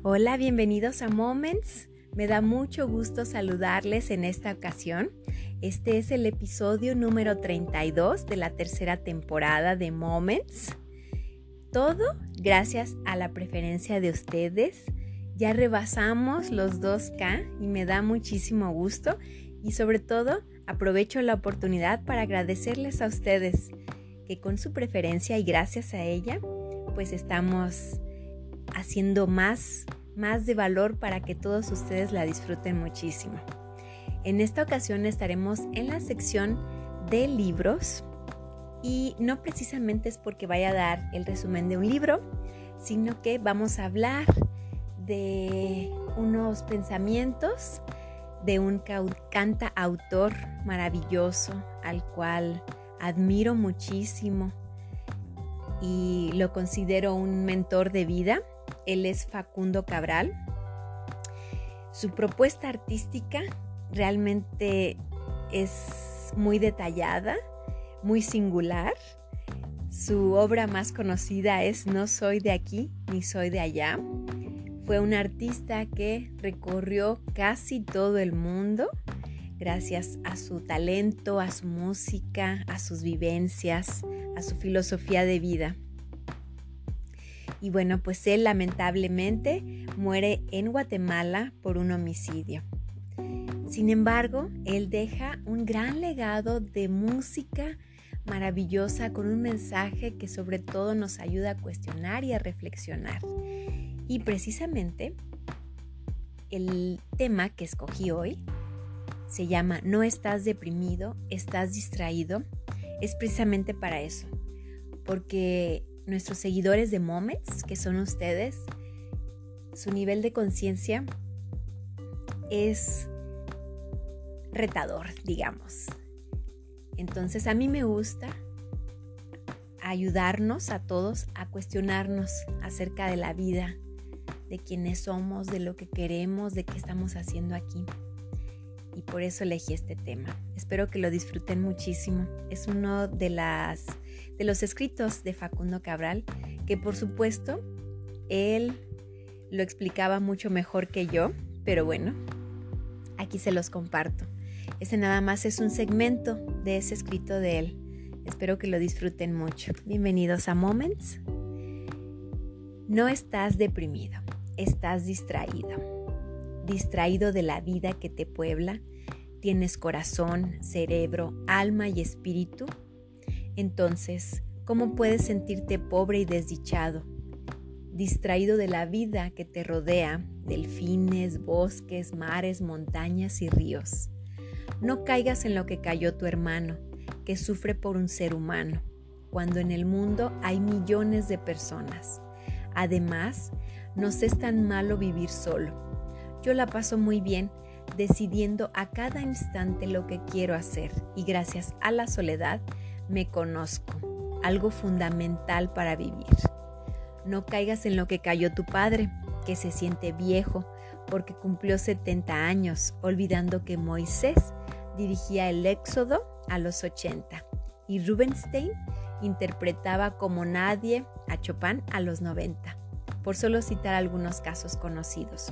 Hola, bienvenidos a Moments. Me da mucho gusto saludarles en esta ocasión. Este es el episodio número 32 de la tercera temporada de Moments. Todo gracias a la preferencia de ustedes. Ya rebasamos los 2K y me da muchísimo gusto y sobre todo aprovecho la oportunidad para agradecerles a ustedes que con su preferencia y gracias a ella pues estamos haciendo más de valor para que todos ustedes la disfruten muchísimo. En esta ocasión estaremos en la sección de libros y no precisamente es porque vaya a dar el resumen de un libro, sino que vamos a hablar de unos pensamientos de un cantautor maravilloso al cual admiro muchísimo y lo considero un mentor de vida. Él es Facundo Cabral. Su propuesta artística realmente es muy detallada, muy singular. Su obra más conocida es No soy de aquí ni soy de allá. Fue un artista que recorrió casi todo el mundo gracias a su talento, a su música, a sus vivencias, a su filosofía de vida. Y bueno, pues él lamentablemente muere en Guatemala por un homicidio. Sin embargo, él deja un gran legado de música maravillosa con un mensaje que sobre todo nos ayuda a cuestionar y a reflexionar. Y precisamente el tema que escogí hoy se llama No estás deprimido, estás distraído. Es precisamente para eso, porque nuestros seguidores de Moments, que son ustedes, su nivel de conciencia es retador, digamos. Entonces a mí me gusta ayudarnos a todos a cuestionarnos acerca de la vida, de quiénes somos, de lo que queremos, de qué estamos haciendo aquí. Y por eso elegí este tema. Espero que lo disfruten muchísimo. Es uno de los escritos de Facundo Cabral, que por supuesto él lo explicaba mucho mejor que yo, pero bueno, aquí se los comparto. Ese nada más es un segmento de ese escrito de él. Espero que lo disfruten mucho. Bienvenidos a Moments. No estás deprimido, estás distraído. Distraído de la vida que te puebla, tienes corazón, cerebro, alma y espíritu. Entonces, ¿cómo puedes sentirte pobre y desdichado? Distraído de la vida que te rodea, delfines, bosques, mares, montañas y ríos. No caigas en lo que cayó tu hermano, que sufre por un ser humano, cuando en el mundo hay millones de personas. Además, nos es tan malo vivir solo. Yo la paso muy bien decidiendo a cada instante lo que quiero hacer y gracias a la soledad me conozco, algo fundamental para vivir. No caigas en lo que cayó tu padre, que se siente viejo porque cumplió 70 años, olvidando que Moisés dirigía el Éxodo a los 80 y Rubinstein interpretaba como nadie a Chopin a los 90, por solo citar algunos casos conocidos.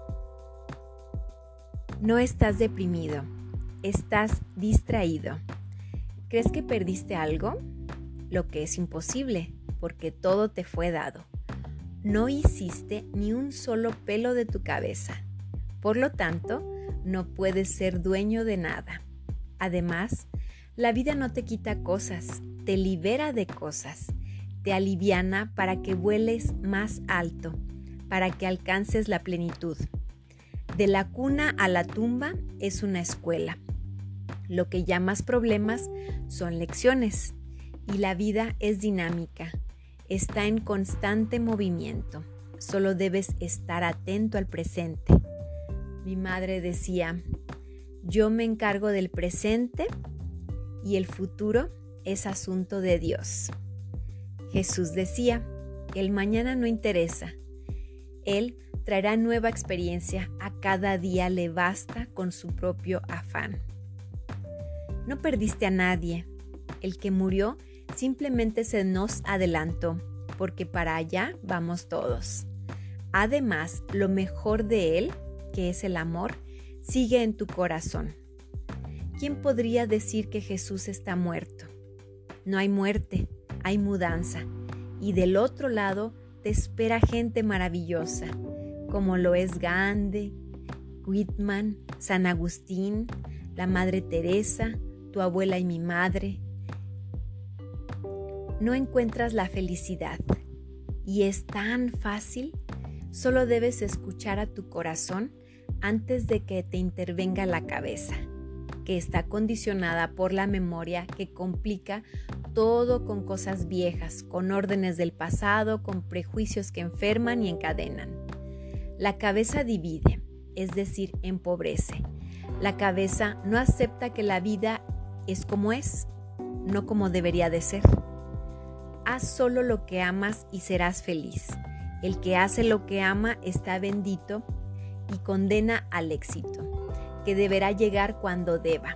No estás deprimido, estás distraído. ¿Crees que perdiste algo? Lo que es imposible, porque todo te fue dado. No hiciste ni un solo pelo de tu cabeza. Por lo tanto, no puedes ser dueño de nada. Además, la vida no te quita cosas, te libera de cosas. Te aliviana para que vueles más alto, para que alcances la plenitud. De la cuna a la tumba es una escuela. Lo que llamas problemas son lecciones y la vida es dinámica. Está en constante movimiento. Solo debes estar atento al presente. Mi madre decía, yo me encargo del presente y el futuro es asunto de Dios. Jesús decía, el mañana no interesa. Él traerá nueva experiencia, a cada día le basta con su propio afán. No perdiste a nadie. El que murió simplemente se nos adelantó, porque para allá vamos todos. Además, lo mejor de Él, que es el amor, sigue en tu corazón. ¿Quién podría decir que Jesús está muerto? No hay muerte, hay mudanza. Y del otro lado te espera gente maravillosa, como lo es Gandhi, Whitman, San Agustín, la Madre Teresa, tu abuela y mi madre. No encuentras la felicidad y es tan fácil. Solo debes escuchar a tu corazón antes de que te intervenga la cabeza, que está condicionada por la memoria que complica todo con cosas viejas, con órdenes del pasado, con prejuicios que enferman y encadenan. La cabeza divide, es decir, empobrece. La cabeza no acepta que la vida es como es, no como debería de ser. Haz solo lo que amas y serás feliz. El que hace lo que ama está bendito y condena al éxito, que deberá llegar cuando deba.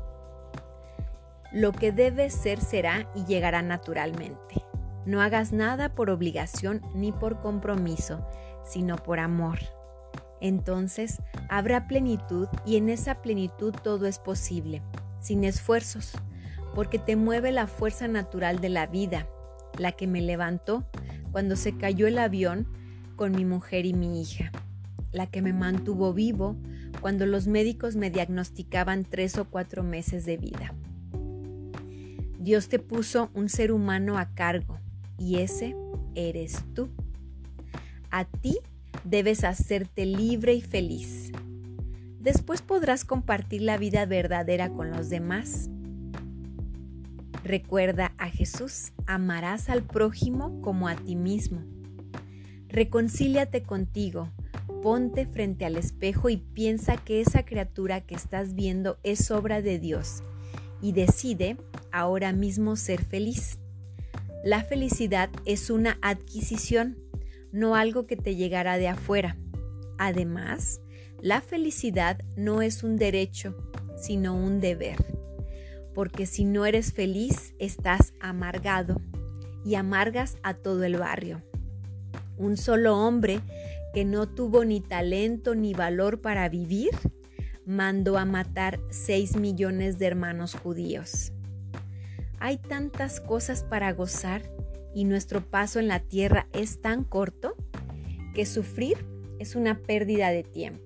Lo que debe ser será y llegará naturalmente. No hagas nada por obligación ni por compromiso, sino por amor. Entonces habrá plenitud y en esa plenitud todo es posible, sin esfuerzos, porque te mueve la fuerza natural de la vida, la que me levantó cuando se cayó el avión con mi mujer y mi hija, la que me mantuvo vivo cuando los médicos me diagnosticaban 3 o 4 meses de vida. Dios te puso un ser humano a cargo y ese eres tú. A ti debes hacerte libre y feliz. Después podrás compartir la vida verdadera con los demás. Recuerda a Jesús, amarás al prójimo como a ti mismo. Reconcíliate contigo, ponte frente al espejo y piensa que esa criatura que estás viendo es obra de Dios y decide ahora mismo ser feliz. La felicidad es una adquisición, no algo que te llegará de afuera. Además, la felicidad no es un derecho, sino un deber. Porque si no eres feliz, estás amargado y amargas a todo el barrio. Un solo hombre que no tuvo ni talento ni valor para vivir, mandó a matar 6 millones de hermanos judíos. Hay tantas cosas para gozar y nuestro paso en la tierra es tan corto que sufrir es una pérdida de tiempo.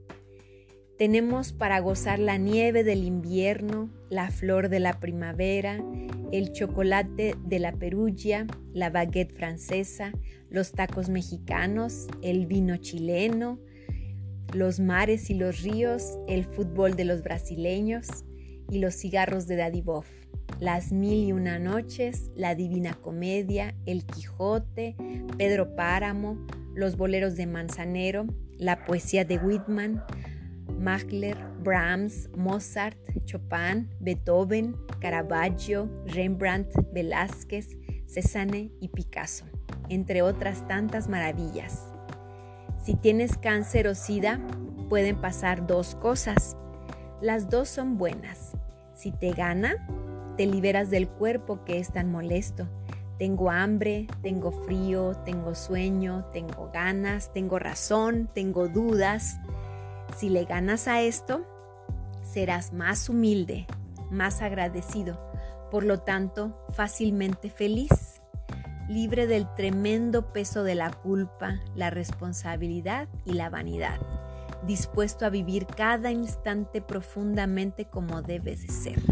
Tenemos para gozar la nieve del invierno, la flor de la primavera, el chocolate de la Perugia, la baguette francesa, los tacos mexicanos, el vino chileno, los mares y los ríos, el fútbol de los brasileños y los cigarros de Daddy Boff, las 1001 noches, la Divina Comedia, el Quijote, Pedro Páramo, los boleros de Manzanero, la poesía de Whitman, Mahler, Brahms, Mozart, Chopin, Beethoven, Caravaggio, Rembrandt, Velázquez, Cézanne y Picasso, entre otras tantas maravillas. Si tienes cáncer o SIDA, pueden pasar 2 cosas. Las 2 son buenas. Si te gana, te liberas del cuerpo que es tan molesto. Tengo hambre, tengo frío, tengo sueño, tengo ganas, tengo razón, tengo dudas. Si le ganas a esto, serás más humilde, más agradecido, por lo tanto, fácilmente feliz, libre del tremendo peso de la culpa, la responsabilidad y la vanidad, dispuesto a vivir cada instante profundamente como debes de ser.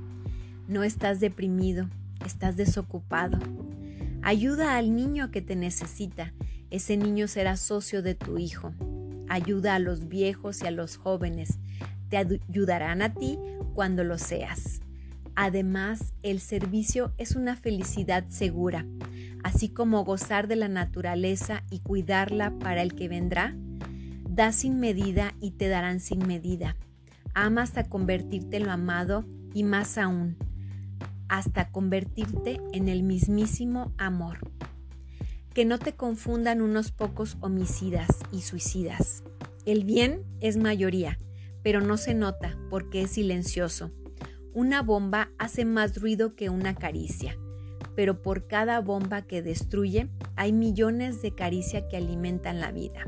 No estás deprimido, estás desocupado. Ayuda al niño que te necesita, ese niño será socio de tu hijo. Ayuda a los viejos y a los jóvenes, te ayudarán a ti cuando lo seas. Además, el servicio es una felicidad segura, así como gozar de la naturaleza y cuidarla para el que vendrá. Da sin medida y te darán sin medida. Ama hasta convertirte en lo amado y más aún, hasta convertirte en el mismísimo amor. Que no te confundan unos pocos homicidas y suicidas. El bien es mayoría, pero no se nota porque es silencioso. Una bomba hace más ruido que una caricia. pero por cada bomba que destruye, hay millones de caricias que alimentan la vida.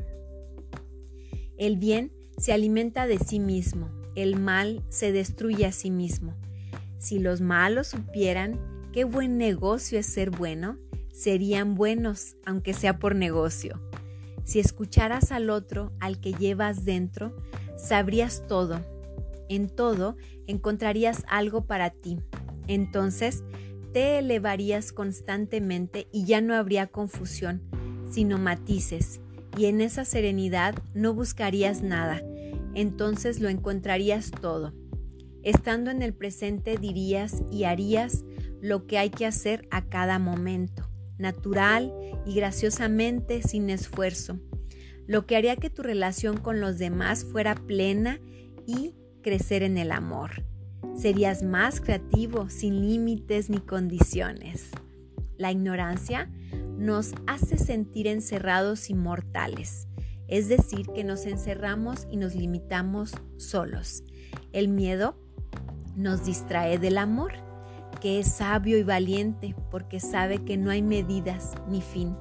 El bien se alimenta de sí mismo, el mal se destruye a sí mismo. Si los malos supieran qué buen negocio es ser bueno, serían buenos, aunque sea por negocio. Si escucharas al otro, al que llevas dentro, sabrías todo. En todo encontrarías algo para ti. Entonces te elevarías constantemente y ya no habría confusión, sino matices. Y en esa serenidad no buscarías nada. Entonces lo encontrarías todo. Estando en el presente dirías y harías lo que hay que hacer a cada momento, natural y graciosamente sin esfuerzo, lo que haría que tu relación con los demás fuera plena y crecer en el amor. Serías más creativo, sin límites ni condiciones. La ignorancia nos hace sentir encerrados y mortales, es decir, que nos encerramos y nos limitamos solos. El miedo nos distrae del amor, que es sabio y valiente porque sabe que no hay medidas ni fin.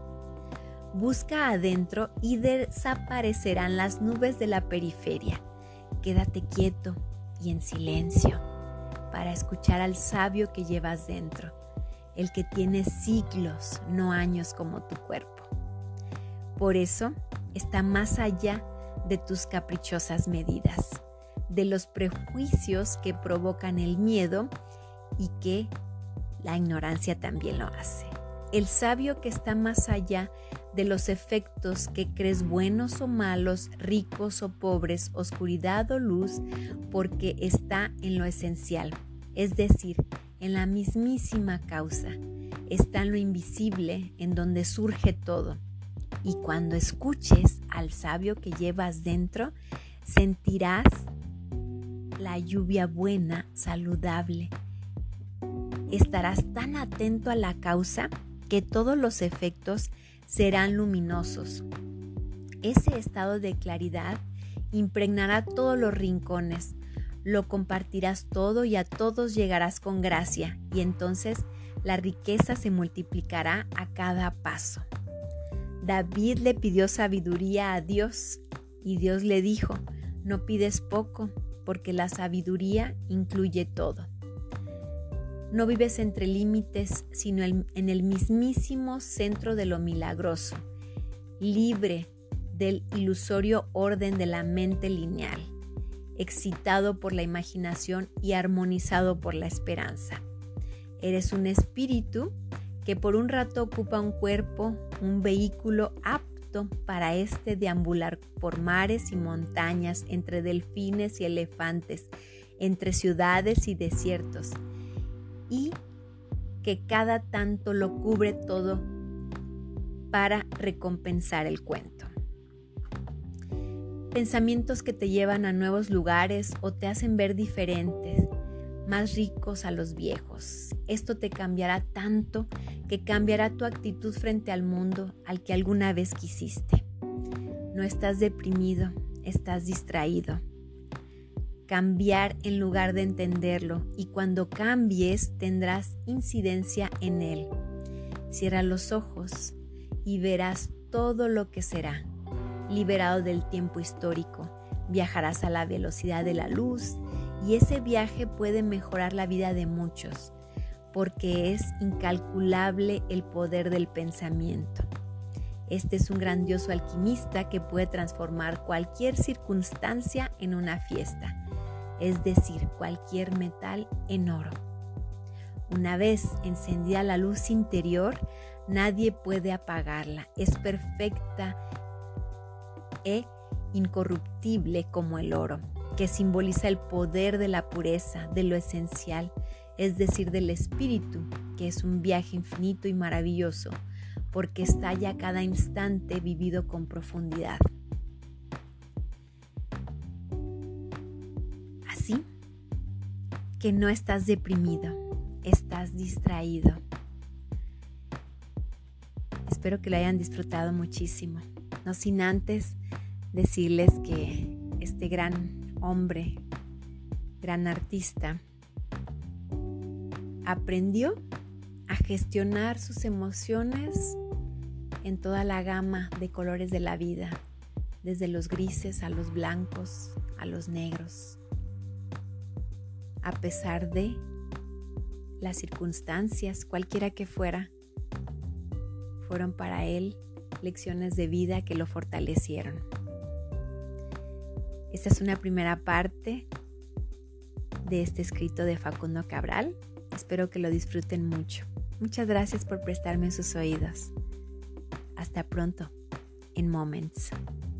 Busca adentro y desaparecerán las nubes de la periferia. Quédate quieto y en silencio para escuchar al sabio que llevas dentro, el que tiene siglos, no años como tu cuerpo. Por eso está más allá de tus caprichosas medidas, de los prejuicios que provocan el miedo y que la ignorancia también lo hace. El sabio que está más allá de los efectos que crees buenos o malos, ricos o pobres, oscuridad o luz, porque está en lo esencial, es decir, en la mismísima causa. Está en lo invisible, en donde surge todo. Y cuando escuches al sabio que llevas dentro, sentirás la lluvia buena, saludable. Estarás tan atento a la causa que todos los efectos serán luminosos. Ese estado de claridad impregnará todos los rincones, lo compartirás todo y a todos llegarás con gracia, y entonces la riqueza se multiplicará a cada paso. David le pidió sabiduría a Dios y Dios le dijo: no pides poco, porque la sabiduría incluye todo. No vives entre límites, sino en el mismísimo centro de lo milagroso, libre del ilusorio orden de la mente lineal, excitado por la imaginación y armonizado por la esperanza. Eres un espíritu que por un rato ocupa un cuerpo, un vehículo apto para deambular por mares y montañas, entre delfines y elefantes, entre ciudades y desiertos, y que cada tanto lo cubre todo para recompensar el cuento. Pensamientos que te llevan a nuevos lugares o te hacen ver diferentes, más ricos a los viejos. Esto te cambiará tanto que cambiará tu actitud frente al mundo al que alguna vez quisiste. No estás deprimido, estás distraído. Cambiar en lugar de entenderlo, y cuando cambies tendrás incidencia en él. Cierra los ojos y verás todo lo que será. Liberado del tiempo histórico, viajarás a la velocidad de la luz, y ese viaje puede mejorar la vida de muchos, porque es incalculable el poder del pensamiento. Este es un grandioso alquimista que puede transformar cualquier circunstancia en una fiesta, es decir, cualquier metal en oro. Una vez encendida la luz interior, nadie puede apagarla. Es perfecta e incorruptible como el oro, que simboliza el poder de la pureza, de lo esencial, es decir, del espíritu, que es un viaje infinito y maravilloso, porque estalla cada instante vivido con profundidad. Así que no estás deprimido, estás distraído. Espero que lo hayan disfrutado muchísimo. No sin antes decirles que este gran hombre, gran artista, aprendió a gestionar sus emociones en toda la gama de colores de la vida, desde los grises a los blancos, a los negros. A pesar de las circunstancias, cualquiera que fuera, fueron para él lecciones de vida que lo fortalecieron. Esta es una primera parte de este escrito de Facundo Cabral. Espero que lo disfruten mucho. Muchas gracias por prestarme sus oídos. Hasta pronto en Moments.